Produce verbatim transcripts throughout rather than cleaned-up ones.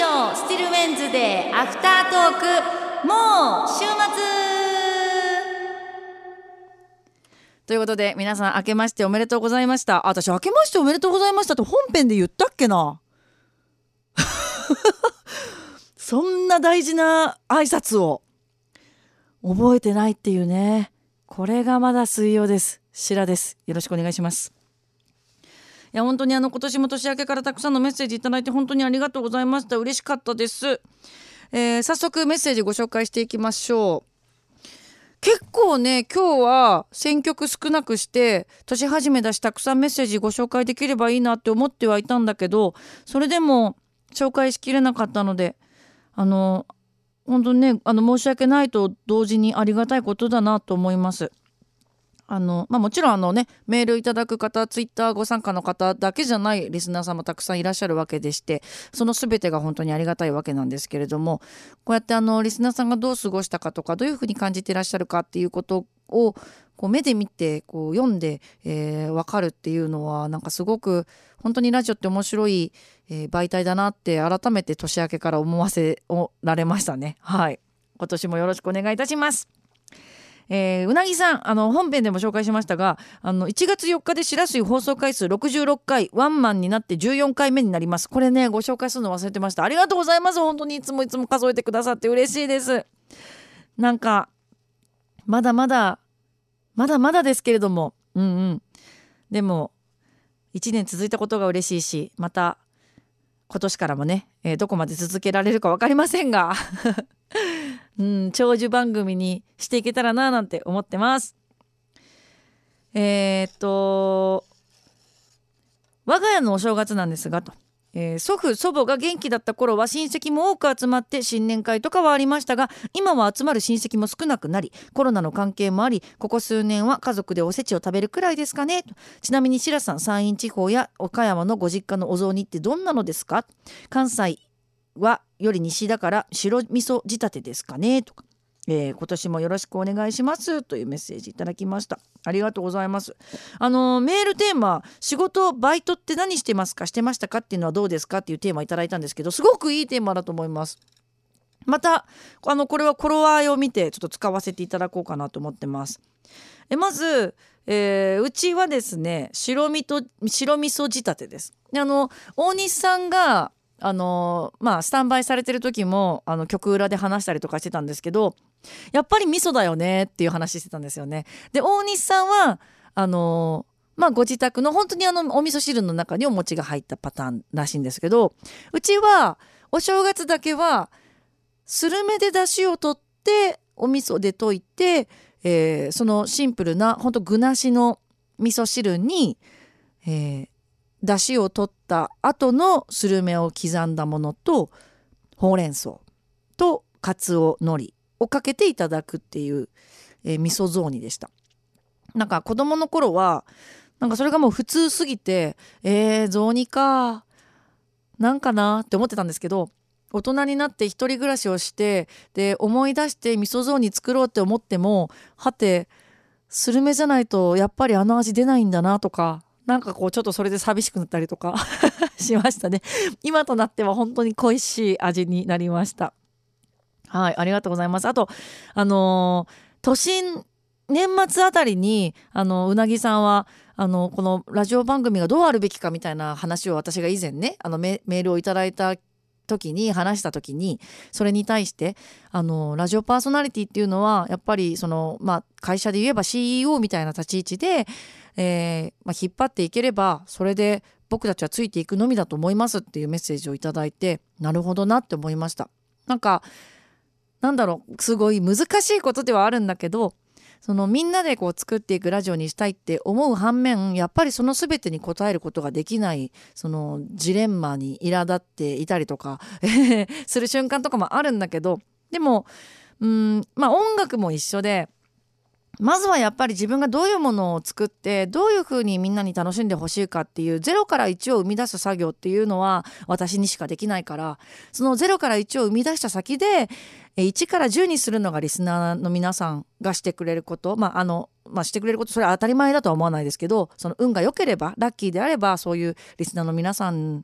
のスティルウェンズデーアフタートーク、もう週末ということで、皆さん明けましておめでとうございました。あ、私明けましておめでとうございましたって本編で言ったっけなそんな大事な挨拶を覚えてないっていうね。これがまだ水曜です。白です。よろしくお願いします。いや本当にあの今年も年明けからたくさんのメッセージいただいて本当にありがとうございました。嬉しかったです。えー、早速メッセージご紹介していきましょう。結構ね、今日は選曲少なくして年始めだしたくさんメッセージご紹介できればいいなって思ってはいたんだけど、それでも紹介しきれなかったので、あの本当にね、あの申し訳ないと同時にありがたいことだなと思います。あの、まあ、もちろんあの、ね、メールいただく方、ツイッターご参加の方だけじゃないリスナーさんもたくさんいらっしゃるわけでして、その全てが本当にありがたいわけなんですけれども、こうやってあのリスナーさんがどう過ごしたかとか、どういうふうに感じていらっしゃるかっていうことをこう目で見てこう読んで、えー、分かるっていうのはなんかすごく本当にラジオって面白い、えー、媒体だなって改めて年明けから思わせられましたね。はい、今年もよろしくお願いいたします。えー、うなぎさん、あの本編でも紹介しましたが、あのいちがつよっかでしらすい放送回数ろくじゅうろっかい、ワンマンになってじゅうよんかいめになります。これね、ご紹介するの忘れてました。ありがとうございます。本当にいつもいつも数えてくださって嬉しいです。なんかまだまだまだまだですけれども、うんうん、でもいちねん続いたことが嬉しいし、また今年からもね、えー、どこまで続けられるか分かりませんがうん、長寿番組にしていけたらななんて思ってます。えー、っと我が家のお正月なんですがと、えー、祖父祖母が元気だった頃は親戚も多く集まって新年会とかはありましたが、今は集まる親戚も少なくなり、コロナの関係もあり、ここ数年は家族でおせちを食べるくらいですかねと。ちなみに白さん、山陰地方や岡山のご実家のお雑煮ってどんなのですか？関西はより西だから白味噌仕立てですかねとか、えー、今年もよろしくお願いしますというメッセージいただきました。ありがとうございます。あのメールテーマ、仕事バイトって何してますか、してましたかっていうのはどうですかっていうテーマいただいたんですけど、すごくいいテーマだと思います。またあのこれは頃合いを見てちょっと使わせていただこうかなと思ってます。えまず、えー、うちはですね、白味と白味噌仕立てです。であの大西さんがあのまあスタンバイされてる時もあの曲裏で話したりとかしてたんですけど、やっぱり味噌だよねっていう話してたんですよね。で大西さんはあのまあご自宅の本当にあのお味噌汁の中にお餅が入ったパターンらしいんですけど、うちはお正月だけはスルメで出汁を取ってお味噌で溶いて、えー、そのシンプルな本当具なしの味噌汁に、えー出汁を取った後のスルメを刻んだものとほうれん草とかつおのりをかけていただくっていう、えー、味噌雑煮でした。なんか子供の頃はなんかそれがもう普通すぎて、えー、雑煮かなんかなって思ってたんですけど、大人になって一人暮らしをしてで思い出して味噌雑煮作ろうって思っても、はてスルメじゃないとやっぱりあの味出ないんだなとか、なんかこうちょっとそれで寂しくなったりとかしましたね。今となっては本当に恋しい味になりました。はい、ありがとうございます。あとあのー、都心年末あたりにあのうなぎさんはあのこのラジオ番組がどうあるべきかみたいな話を私が以前ねあの メ, メールをいただいた時に話した時に、それに対してあのラジオパーソナリティっていうのはやっぱりその、まあ、会社で言えば シーイーオー みたいな立ち位置で、えーまあ、引っ張っていければそれで僕たちはついていくのみだと思いますっていうメッセージをいただいて、なるほどなって思いました。なんかなんだろう、すごい難しいことではあるんだけど、そのみんなでこう作っていくラジオにしたいって思う反面、やっぱりその全てに応えることができないそのジレンマに苛立っていたりとかする瞬間とかもあるんだけど、でもうんまあ音楽も一緒で、まずはやっぱり自分がどういうものを作ってどういうふうにみんなに楽しんでほしいかっていうゼロからいちを生み出す作業っていうのは私にしかできないから、そのゼロからいちを生み出した先でいちからじゅうにするのがリスナーの皆さんがしてくれること、まああのまあ、してくれること、それは当たり前だとは思わないですけど、その運が良ければラッキーであればそういうリスナーの皆さん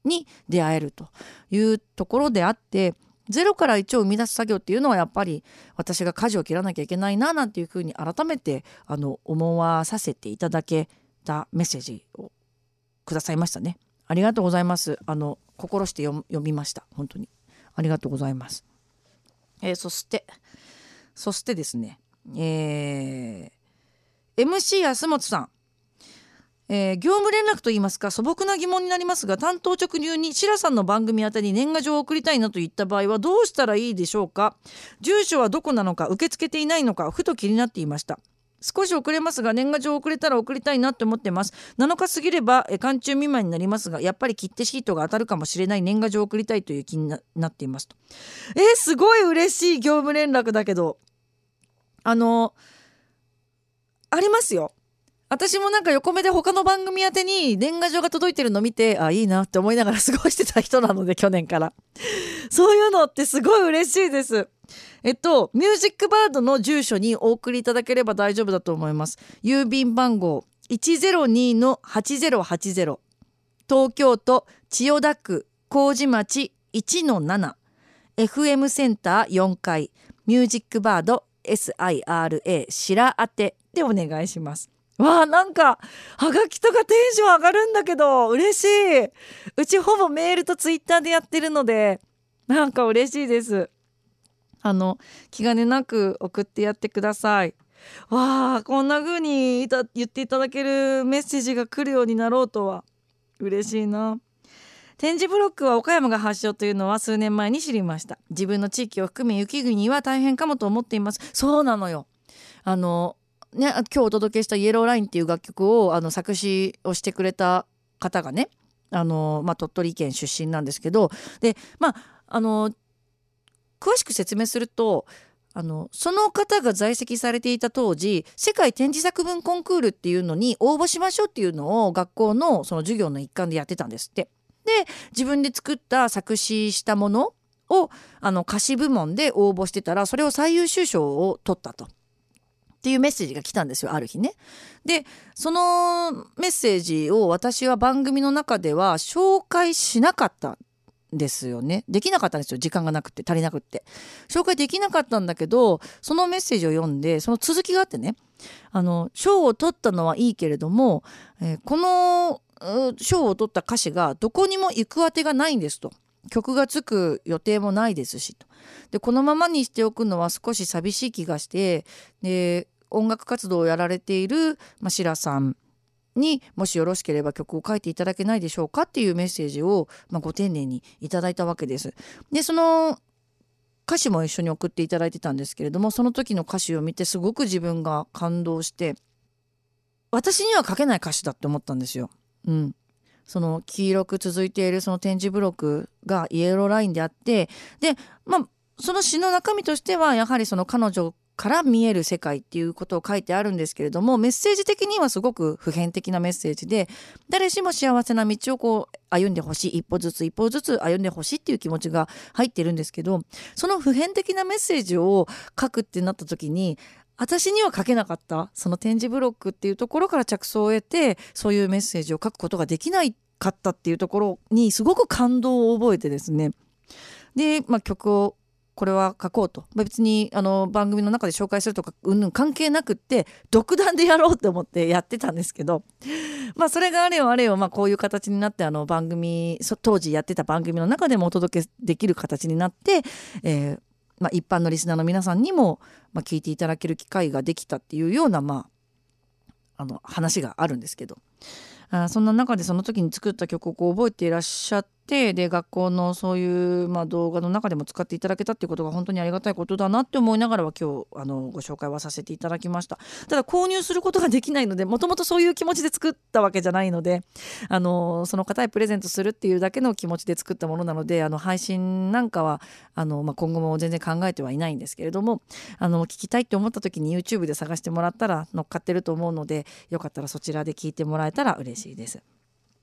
に出会えるというところであって、ゼロからいちを生み出す作業っていうのはやっぱり私が舵を切らなきゃいけないななんていうふうに改めてあの思わさせていただけたメッセージをくださいましたね。ありがとうございます。あの心して読みました。本当にありがとうございます。えー、そしてそしてですね、えー、エムシー 安本さん、えー、業務連絡といいますか素朴な疑問になりますが、担当直入にシラさんの番組宛てに年賀状を送りたいなといった場合はどうしたらいいでしょうか。住所はどこなのか、受け付けていないのか、ふと気になっていました。少し遅れますが年賀状を送れたら送りたいなと思ってます。なのか過ぎればえ寒中未満になりますが、やっぱり切手シートが当たるかもしれない年賀状を送りたいという気に な, なっていますと。えー、すごい嬉しい業務連絡だけど、あのありますよ。私もなんか横目で他の番組宛てに年賀状が届いてるのを見て、あ、いいなって思いながら過ごしてた人なので、去年からそういうのってすごい嬉しいです。えっとミュージックバードの住所にお送りいただければ大丈夫だと思います。郵便番号 いちゼロにのはちゼロはちゼロ、 東京都千代田区麹町 いちのなな、 エフエム センターよんかいミュージックバード シラ 白当てでお願いします。わあ、なんかはがきとかテンション上がるんだけど嬉しい。うちほぼメールとツイッターでやってるのでなんか嬉しいです。あの気兼ねなく送ってやってください。わあ、こんな風に言っていただけるメッセージが来るようになろうとは嬉しいな。点字ブロックは岡山が発祥というのは数年前に知りました。自分の地域を含め雪国は大変かもと思っています。そうなのよ。あのね、今日お届けしたイエローラインっていう楽曲をあの作詞をしてくれた方がね、あの、まあ、鳥取県出身なんですけど、で、まあ、あの詳しく説明すると、あのその方が在籍されていた当時、世界展示作文コンクールっていうのに応募しましょうっていうのを学校のその授業の一環でやってたんですって。で、自分で作った作詞したものをあの歌詞部門で応募してたら、それを最優秀賞を取ったとっていうメッセージが来たんですよ、ある日ね。で、そのメッセージを私は番組の中では紹介しなかったんですよね。できなかったんですよ、時間がなくて、足りなくって紹介できなかったんだけど、そのメッセージを読んでその続きがあってね、あの賞を取ったのはいいけれども、えー、この賞を取った歌詞がどこにも行く当てがないんですと。曲がつく予定もないですしと。で、このままにしておくのは少し寂しい気がして、で音楽活動をやられている、まあ、シラさんにもしよろしければ曲を書いていただけないでしょうかっていうメッセージを、まあ、ご丁寧にいただいたわけです。で、その歌詞も一緒に送っていただいてたんですけれども、その時の歌詞を見てすごく自分が感動して、私には書けない歌詞だって思ったんですよ。うん、その黄色く続いているその点字ブロックがイエローラインであって、で、まあその詩の中身としてはやはりその彼女から見える世界っていうことを書いてあるんですけれども、メッセージ的にはすごく普遍的なメッセージで、誰しも幸せな道をこう歩んでほしい、一歩ずつ一歩ずつ歩んでほしいっていう気持ちが入ってるんですけど、その普遍的なメッセージを書くってなった時に、私には書けなかったその点字ブロックっていうところから着想を得て、そういうメッセージを書くことができないかったっていうところにすごく感動を覚えてですね、で、まあ、曲をこれは書こうと、別にあの番組の中で紹介するとかうんぬん関係なくって独断でやろうと思ってやってたんですけど、まあそれがあれよあれよ、まあこういう形になって、あの番組当時やってた番組の中でもお届けできる形になって、えーまあ、一般のリスナーの皆さんにも、まあ、聞いていただける機会ができたっていうような、まあ、あの話があるんですけど、あそんな中でその時に作った曲をこう覚えていらっしゃって、で学校のそういう、まあ、動画の中でも使っていただけたっていうことが本当にありがたいことだなって思いながらは今日あのご紹介はさせていただきました。ただ購入することができないので、もともとそういう気持ちで作ったわけじゃないので、あのその方へプレゼントするっていうだけの気持ちで作ったものなので、あの配信なんかはあの、まあ、今後も全然考えてはいないんですけれども、あの聞きたいって思った時に YouTube で探してもらったら乗っかってると思うので、よかったらそちらで聞いてもらえたら嬉しいです。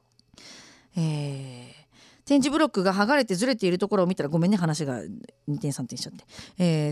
えー点字ブロックが剥がれてずれているところを見たら、ごめんね話がにてんさんてんしちゃって、えー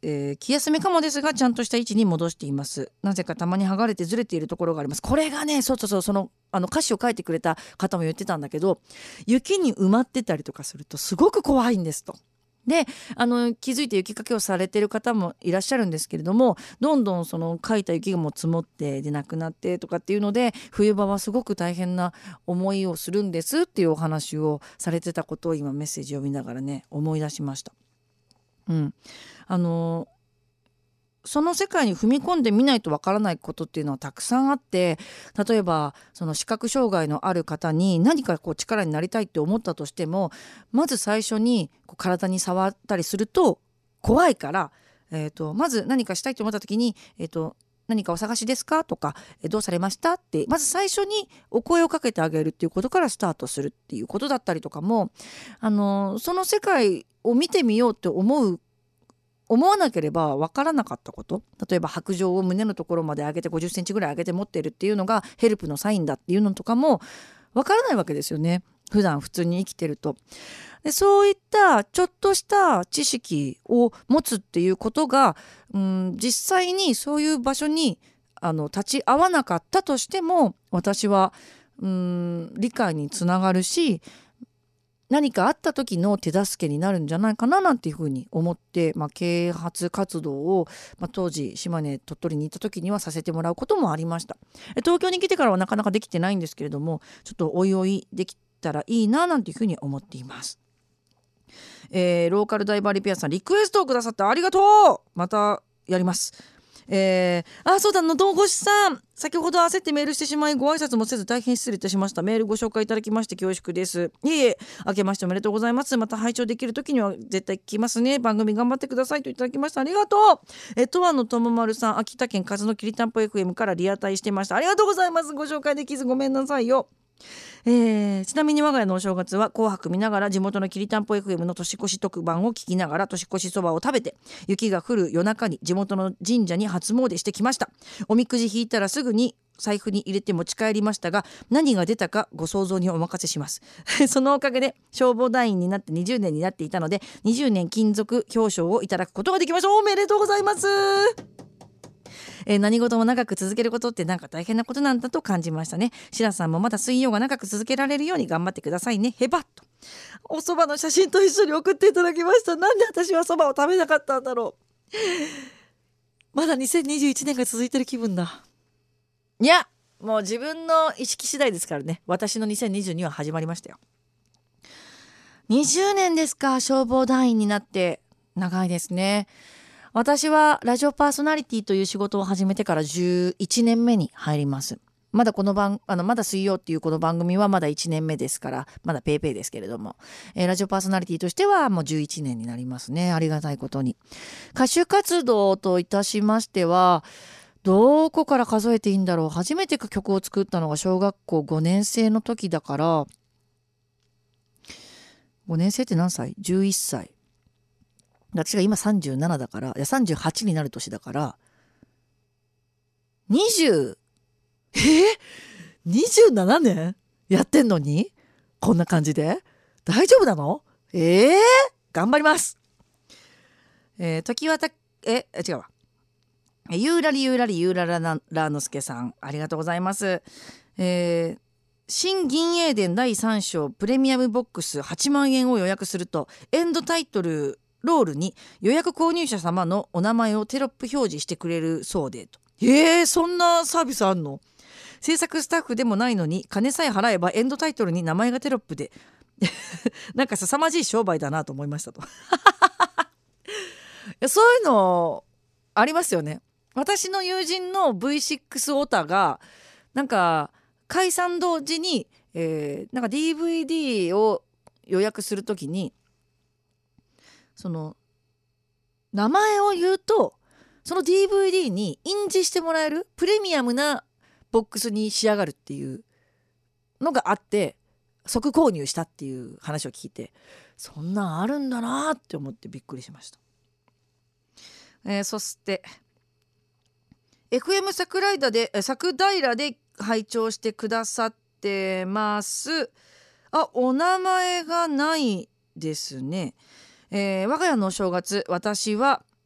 えー気休めかもですがちゃんとした位置に戻しています。なぜかたまに剥がれてずれているところがあります。これがね、そうそうそう、そのあの歌詞を書いてくれた方も言ってたんだけど、雪に埋まってたりとかするとすごく怖いんですと。で、あの気づいて雪かけをされている方もいらっしゃるんですけれども、どんどんそのかいた雪がもう積もってでなくなってとかっていうので、冬場はすごく大変な思いをするんですっていうお話をされてたことを今メッセージを見ながらね思い出しました。うん、あのその世界に踏み込んでみないとわからないことっていうのはたくさんあって、例えばその視覚障害のある方に何かこう力になりたいって思ったとしても、まず最初にこう体に触ったりすると怖いから、えー、とまず何かしたいと思った時に、えー、と何かお探しですかとか、えどうされましたってまず最初にお声をかけてあげるっていうことからスタートするっていうことだったりとかも、あのその世界を見てみようって思う思わなければ分からなかったこと、例えば白杖を胸のところまで上げてごじゅっセンチぐらい上げて持っているっていうのがヘルプのサインだっていうのとかも分からないわけですよね、普段普通に生きてると。でそういったちょっとした知識を持つっていうことが、うん、実際にそういう場所にあの立ち会わなかったとしても、私はうん理解につながるし、何かあった時の手助けになるんじゃないかななんていうふうに思って、まあ、啓発活動を、まあ、当時島根鳥取に行った時にはさせてもらうこともありました。東京に来てからはなかなかできてないんですけれども、ちょっとおいおいできたらいいななんていうふうに思っています。えー、ローカルダイバーリペアさんリクエストをくださってありがとう。またやります。えー、あそうだのどうごしさん、先ほど焦ってメールしてしまいご挨拶もせず大変失礼いたしました。メールご紹介いただきまして恐縮です。いえいえ、明けましておめでとうございます。また拝聴できる時には絶対聞きますね。番組頑張ってくださいといただきました。ありがとう。えとわのともまるさん、秋田県風のきりたんぽ エフエム からリアタイしてました。ありがとうございます。ご紹介できずごめんなさいよ。えー、ちなみに我が家のお正月は紅白見ながら地元のきりたんぽ エフエム の年越し特番を聞きながら年越しそばを食べて、雪が降る夜中に地元の神社に初詣してきました。おみくじ引いたらすぐに財布に入れて持ち帰りましたが、何が出たかご想像にお任せしますそのおかげで消防団員になってにじゅうねんになっていたので、にじゅうねん金属表彰をいただくことができました。おめでとうございます。えー、何事も長く続けることってなんか大変なことなんだと感じましたね。白さんもまだ水曜が長く続けられるように頑張ってくださいね。へばっとお蕎麦の写真と一緒に送っていただきました。なんで私は蕎麦を食べなかったんだろう。まだにせんにじゅういちねんが続いてる気分だ。いやもう自分の意識次第ですからね。私のにせんにじゅうには始まりましたよ。にじゅうねんですか、消防団員になって。長いですね。私はラジオパーソナリティという仕事を始めてからじゅういちねんめに入ります。まだこの番あのまだ水曜っていうこの番組はまだいちねんめですから、まだペーペーですけれども、えー、ラジオパーソナリティとしてはもうじゅういちねんになりますね。ありがたいことに。歌手活動といたしましてはどこから数えていいんだろう。初めて曲を作ったのが小学校ごねん生の時だから、ごねん生って何歳 ?じゅういっさい。私が今さんじゅうななだから、いやさんじゅうはちになる年だからにじゅうえー、にじゅうななねんやってんのにこんな感じで大丈夫なの？えー、頑張ります。えー、時はたえ違うわゆうらりゆうらりゆうららならのすけさん、ありがとうございます。えー新銀英伝だいさん章プレミアムボックスはちまんえんを予約するとエンドタイトルロールに予約購入者様のお名前をテロップ表示してくれるそうでと。えー、そんなサービスあんの？制作スタッフでもないのに金さえ払えばエンドタイトルに名前がテロップでなんか凄まじい商売だなと思いましたとそういうのありますよね。私の友人の ブイシックス オタがなんか解散同時に、えー、なんか ディーブイディー を予約するときにその名前を言うとその ディーブイディー に印字してもらえるプレミアムなボックスに仕上がるっていうのがあって即購入したっていう話を聞いて、そんなんあるんだなって思ってびっくりしました。えー、そして エフエム 桜井田で桜平で拝聴してくださってます。あ、お名前がないですね。えー、我が家のお正月、私は、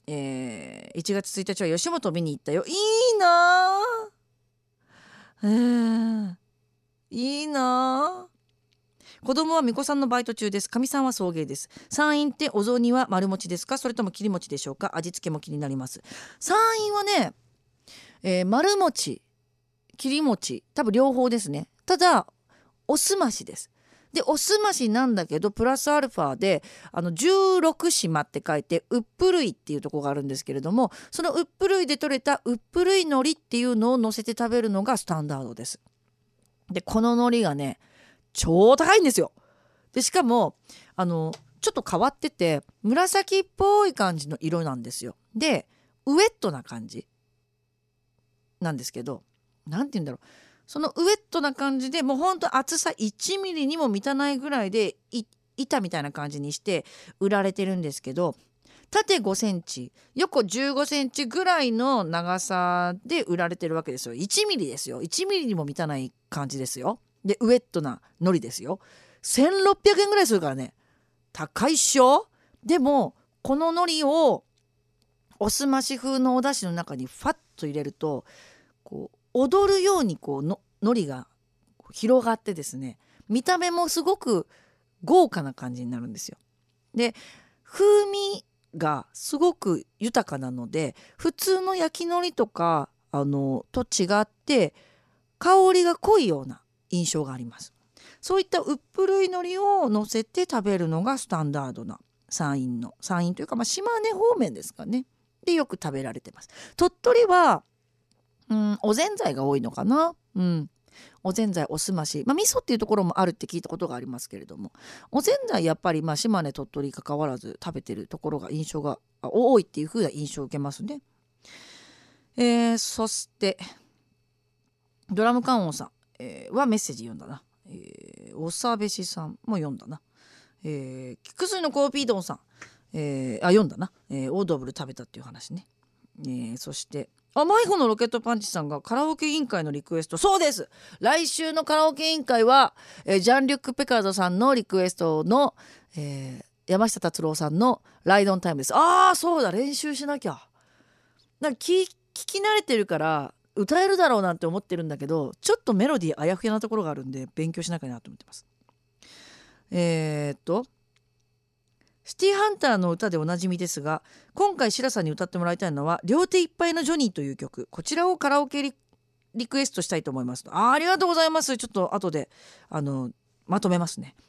えー、いちがつついたちは吉本を見に行ったよ。いいなー、えー、いいなー。子供は巫女さんのバイト中です。かみさんは送迎です。山陰ってお雑煮は丸餅ですか、それとも切り餅でしょうか。味付けも気になります。山陰はね、えー、丸餅切り餅多分両方ですね。ただおすましです。でおすましなんだけどプラスアルファであのじゅうろく島って書いてうっぷるいっていうところがあるんですけれども、そのうっぷるいで取れたうっぷるい海苔っていうのを乗せて食べるのがスタンダードです。でこの海苔がね超高いんですよ。でしかもあのちょっと変わってて紫っぽい感じの色なんですよ。でウエットな感じなんですけど、なんて言うんだろう、そのウエットな感じでもうほんと厚さいちミリにも満たないぐらいで板みたいな感じにして売られてるんですけど、縦ごセンチ横じゅうごセンチぐらいの長さで売られてるわけですよ。いちミリですよ。いちミリにも満たない感じですよ。でウエットな海苔ですよ。せんろっぴゃくえんぐらいするからね、高いっしょ。でもこの海苔をおすまし風のお出汁の中にファッと入れるとこう踊るようにこうの海苔が広がってですね、見た目もすごく豪華な感じになるんですよ。で風味がすごく豊かなので普通の焼き海苔とかあのと違って香りが濃いような印象があります。そういったうっぷるい海苔を乗せて食べるのがスタンダードな山陰の山陰というか、まあ、島根方面ですかねでよく食べられてます。鳥取はうん、おぜんざいが多いのかな、うん、おぜんざいおすまし、まあ、味噌っていうところもあるって聞いたことがありますけれども、おぜんざいやっぱりまあ島根鳥取関わらず食べてるところが印象が多いっていう風な印象を受けますね。えー、そしてドラム缶王さん、えー、はメッセージ読んだな、えー、おさべしさんも読んだな、えー、菊水のコーピードンさん、えー、あ読んだな、えー、オードブル食べたっていう話ね、えー、そしてあ迷子のロケットパンチさんがカラオケ委員会のリクエスト、そうです、来週のカラオケ委員会は、えー、ジャンリュック・ペカードさんのリクエストの、えー、山下達郎さんのライドオンタイムです。ああそうだ、練習しなきゃ。なんか 聞, 聞き慣れてるから歌えるだろうなんて思ってるんだけど、ちょっとメロディーあやふやなところがあるんで勉強しなきゃなと思ってます。えー、っとシティハンターの歌でおなじみですが、今回シラさんに歌ってもらいたいのは両手いっぱいのジョニーという曲、こちらをカラオケ リ, リクエストしたいと思います。 あ, ありがとうございます。ちょっと後であのまとめますね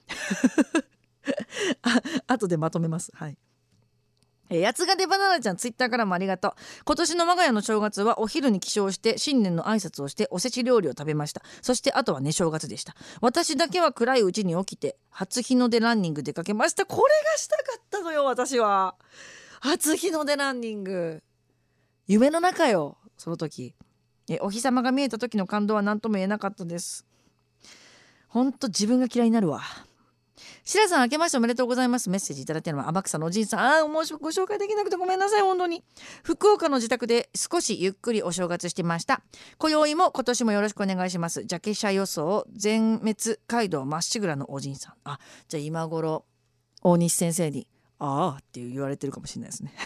あ後でまとめます。はい。やつがでバナナちゃん、ツイッターからもありがとう。今年の我が家の正月はお昼に起床して新年の挨拶をしておせち料理を食べました。そしてあとはね正月でした。私だけは暗いうちに起きて初日の出ランニング出かけました。これがしたかったのよ私は。初日の出ランニング夢の中よ。その時えお日様が見えた時の感動は何とも言えなかったです。ほんと自分が嫌いになるわ。白さん、明けましておめでとうございます。メッセージいただいたのは天草のおじいさん。ああ、もうご紹介できなくてごめんなさい。本当に福岡の自宅で少しゆっくりお正月してました。今宵も今年もよろしくお願いします。ジャケ写予想全滅街道まっしぐらのおじいさん。あ、じゃあ今頃大西先生にああって言われてるかもしれないですね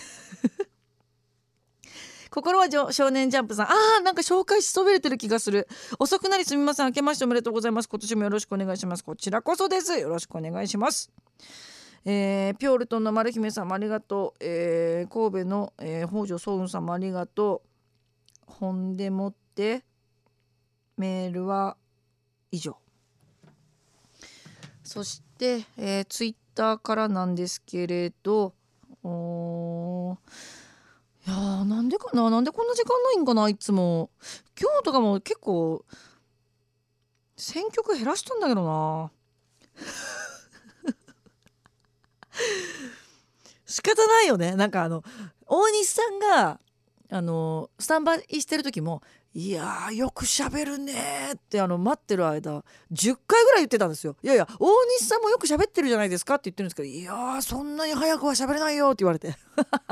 心は少年ジャンプさん、あーなんか紹介しそびれてる気がする。遅くなりすみません。明けましておめでとうございます。今年もよろしくお願いします。こちらこそです。よろしくお願いします。えー、ピョールトンの丸姫さんもありがとう。えー、神戸の、えー、北条早雲さんもありがとう。ほんでもってメールは以上。そして、えー、ツイッターからなんですけれど、おーいやーなんでかな、なんでこんな時間ないんかな。いつも今日とかも結構選曲減らしたんだけどな仕方ないよね。なんかあの大西さんがあのスタンバイしてる時もいやーよく喋るねってあの待ってる間じゅっかいぐらい言ってたんですよ。いやいや大西さんもよく喋ってるじゃないですかって言ってるんですけど、いやーそんなに早くは喋れないよって言われて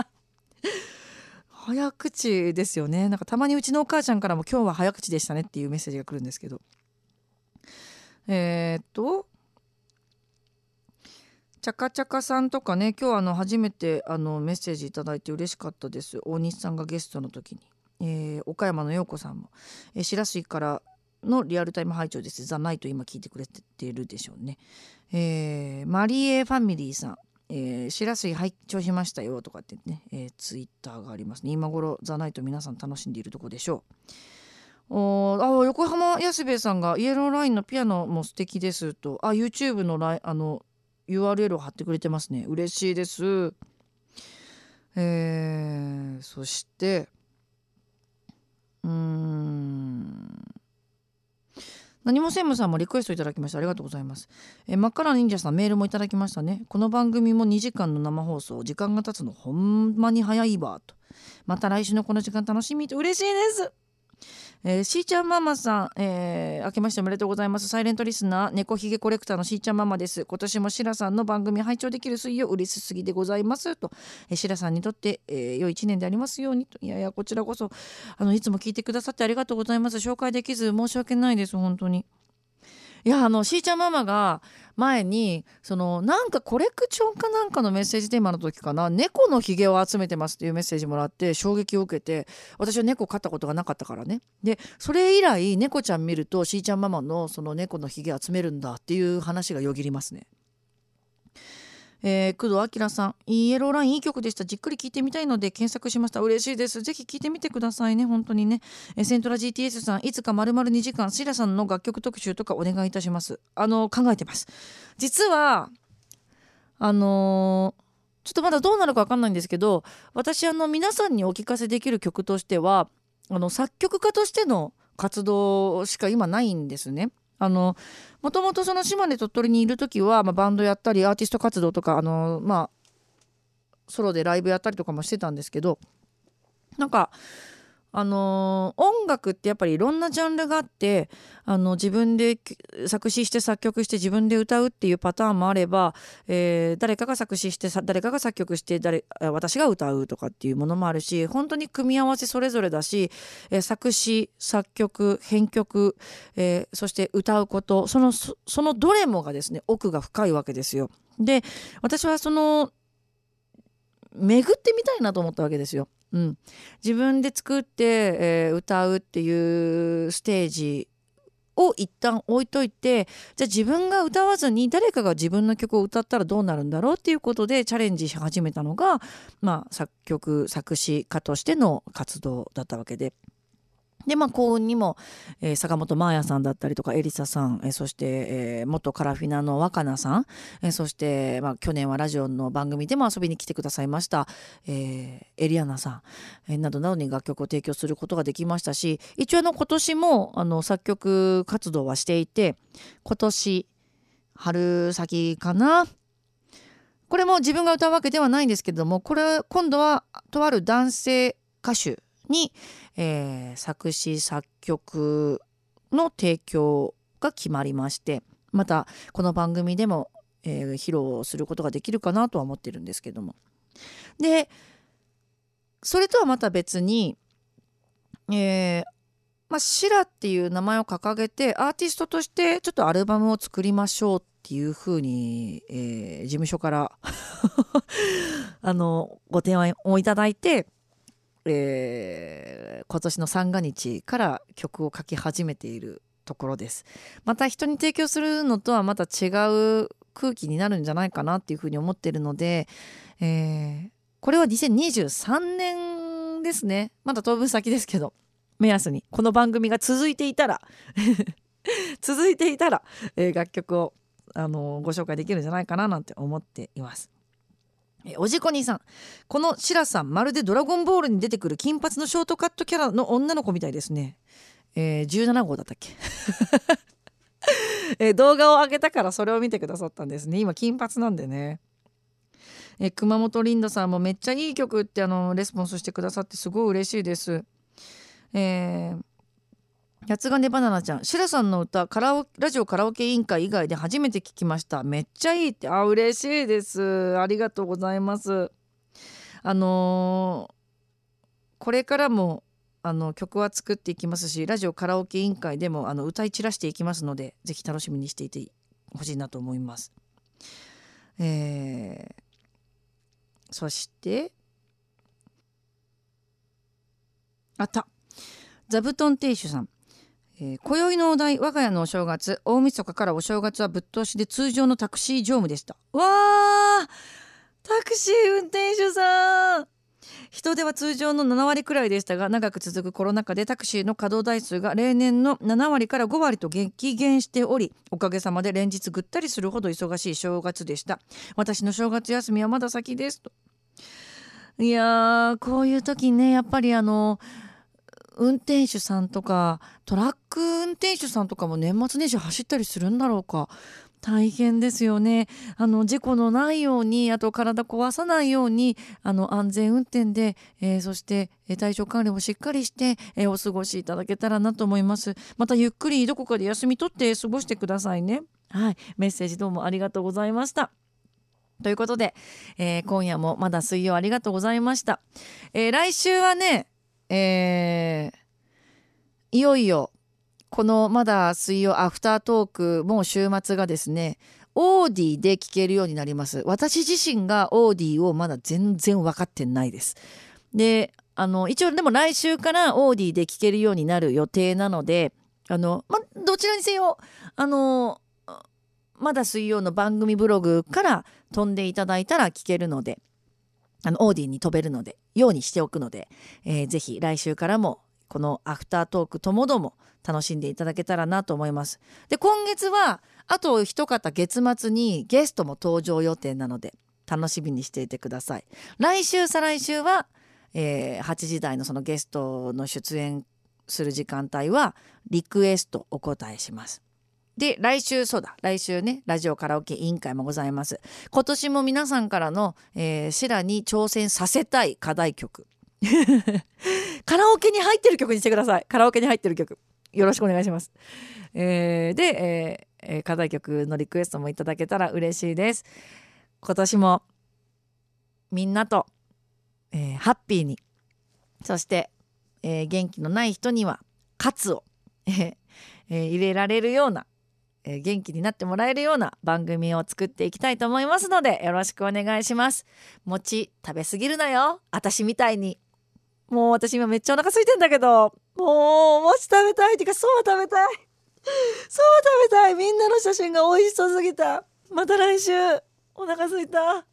早口ですよね。なんかたまにうちのお母ちゃんからも今日は早口でしたねっていうメッセージが来るんですけど、えー、っとチャカチャカさんとかね、今日あの初めてあのメッセージいただいて嬉しかったです。大西さんがゲストの時に、えー岡山の陽子さんも、えー白水からのリアルタイム拝聴です。ザナイト今聞いてくれてるでしょうね。えーマリエファミリーさん、えー、白水拝聴しましたよとかってね、えー、ツイッターがありますね。今頃ザナイト皆さん楽しんでいるところでしょう。おあ横浜安兵衛さんがイエローラインのピアノも素敵ですと、あ YouTube のライあの ユーアールエル を貼ってくれてますね。嬉しいです。えー、そしてうーん何も専務さんもリクエストいただきました。ありがとうございます。えー、真っ赤な忍者さんメールもいただきましたね。この番組もにじかんの生放送、時間が経つのほんまに早いわと。また来週のこの時間楽しみと。嬉しいです。えー、しーちゃんママさん、えー、明けましておめでとうございます。サイレントリスナー猫ひげコレクターのしーちゃんママです。今年もしらさんの番組拝聴できる水曜嬉しすぎでございますと、えー、しらさんにとって、えー、良い一年でありますようにと。いやいやこちらこそあのいつも聞いてくださってありがとうございます。紹介できず申し訳ないです本当に。いやあのしーちゃんママが前にそのなんかコレクションかなんかのメッセージテーマの時かな、猫のひげを集めてますっていうメッセージもらって衝撃を受けて、私は猫飼ったことがなかったからね。でそれ以来猫ちゃん見るとしーちゃんママのその猫のひげ集めるんだっていう話がよぎりますね。えー、工藤明さん、イエローラインいい曲でした。じっくり聴いてみたいので検索しました。嬉しいです。ぜひ聴いてみてくださいね本当にね。えー、セントラ ジーティーエス さん、いつか丸々にじかんシラさんの楽曲特集とかお願いいたします。あの考えてます。実はあのーちょっとまだどうなるか分かんないんですけど、私あの皆さんにお聞かせできる曲としてはあの作曲家としての活動しか今ないんですね。あのもともとその島根鳥取にいる時は、まあ、バンドやったりアーティスト活動とかあの、まあ、ソロでライブやったりとかもしてたんですけど、なんかあのー音楽ってやっぱりいろんなジャンルがあって、あの自分で作詞して作曲して自分で歌うっていうパターンもあれば、えー誰かが作詞してさ誰かが作曲して誰私が歌うとかっていうものもあるし、本当に組み合わせそれぞれだし、えー作詞作曲編曲、えーそして歌うこと、そのそそのどれもがですね奥が深いわけですよ。で私はその巡ってみたいなと思ったわけですよ。うん、自分で作って、えー歌うっていうステージを一旦置いといて、じゃあ自分が歌わずに誰かが自分の曲を歌ったらどうなるんだろうっていうことでチャレンジし始めたのが、まあ、作曲作詞家としての活動だったわけで。でまあ幸運にも、えー坂本真綾さんだったりとかエリサさん、えーそして、えー元カラフィナの若菜さん、えーそして、まあ、去年はラジオの番組でも遊びに来てくださいました、えーエリアナさん、えーなどなどに楽曲を提供することができましたし、一応あの今年もあの作曲活動はしていて、今年春先かな、これも自分が歌うわけではないんですけれども、これ今度はとある男性歌手に、えー作詞作曲の提供が決まりまして、またこの番組でも、えー披露することができるかなとは思ってるんですけども、でそれとはまた別に、えーまあ、シラっていう名前を掲げてアーティストとしてちょっとアルバムを作りましょうっていうふうに、えー事務所からあのご提案をいただいて、えー今年の三が日から曲を書き始めているところです。また人に提供するのとはまた違う空気になるんじゃないかなっていうふうに思っているので、えーこれはにせんにじゅうさんねんですね。まだ当分先ですけど、目安にこの番組が続いていたら続いていたら、えー楽曲をあのご紹介できるんじゃないかななんて思っています。えおじこにさん、このシラさんまるでドラゴンボールに出てくる金髪のショートカットキャラの女の子みたいですね。えーじゅうなな号だったっけえー動画を上げたからそれを見てくださったんですね。今金髪なんでね。えー熊本リンダさんもめっちゃいい曲ってあのレスポンスしてくださってすごい嬉しいです。えー八つ金バナナちゃん、シラさんの歌カラオラジオカラオケ委員会以外で初めて聞きました。めっちゃいいって。あ、嬉しいです。ありがとうございます。あのーこれからもあの曲は作っていきますし、ラジオカラオケ委員会でもあの歌い散らしていきますので、ぜひ楽しみにしていてほしいなと思います。 えー、そしてあった座布団亭主さん、えー、今宵のお題我が家のお正月大晦日からお正月はぶっ通しで通常のタクシー乗務でした。わータクシー運転手さん、人手は通常のなな割くらいでしたが長く続くコロナ禍でタクシーの稼働台数が例年のなな割からご割と激減しておりおかげさまで連日ぐったりするほど忙しい正月でした。私の正月休みはまだ先ですと。いやーこういう時ねやっぱりあの運転手さんとかトラック運転手さんとかも年末年始走ったりするんだろうか。大変ですよね。あの事故のないようにあと体壊さないようにあの安全運転で、えー、そしてえー体調管理をしっかりして、えーお過ごしいただけたらなと思います。またゆっくりどこかで休み取って過ごしてくださいね。はい、メッセージどうもありがとうございました。ということで、えー今夜もまだ水曜ありがとうございました。えー来週はね、えーいよいよこのまだ水曜アフタートークもう週末がですねオーディで聞けるようになります。私自身がオーディをまだ全然分かってないです。であの一応でも来週からオーディで聞けるようになる予定なのであの、ま、どちらにせよあのまだ水曜の番組ブログから飛んでいただいたら聞けるのであのオーディに飛べるのでようにしておくので、えーぜひ来週からもこのアフタートークともども楽しんでいただけたらなと思います。で今月はあと一方月末にゲストも登場予定なので楽しみにしていてください。来週再来週は、えーはちじ台のそのゲストの出演する時間帯はリクエストお答えします。で来週そうだ来週ねラジオカラオケ委員会もございます。今年も皆さんからの、えー、シラに挑戦させたい課題曲カラオケに入ってる曲にしてください。カラオケに入ってる曲よろしくお願いします。えー、で、えー、課題曲のリクエストもいただけたら嬉しいです。今年もみんなと、えー、ハッピーにそして、えー、元気のない人には喝を、えーえー入れられるようなえー元気になってもらえるような番組を作っていきたいと思いますのでよろしくお願いします。餅食べ過ぎるなよ私みたいに。もう私今めっちゃお腹空いてんだけどもう餅食べたいっていうかそば食べたいそば食べたい。みんなの写真が美味しそうすぎた。また来週お腹空いた。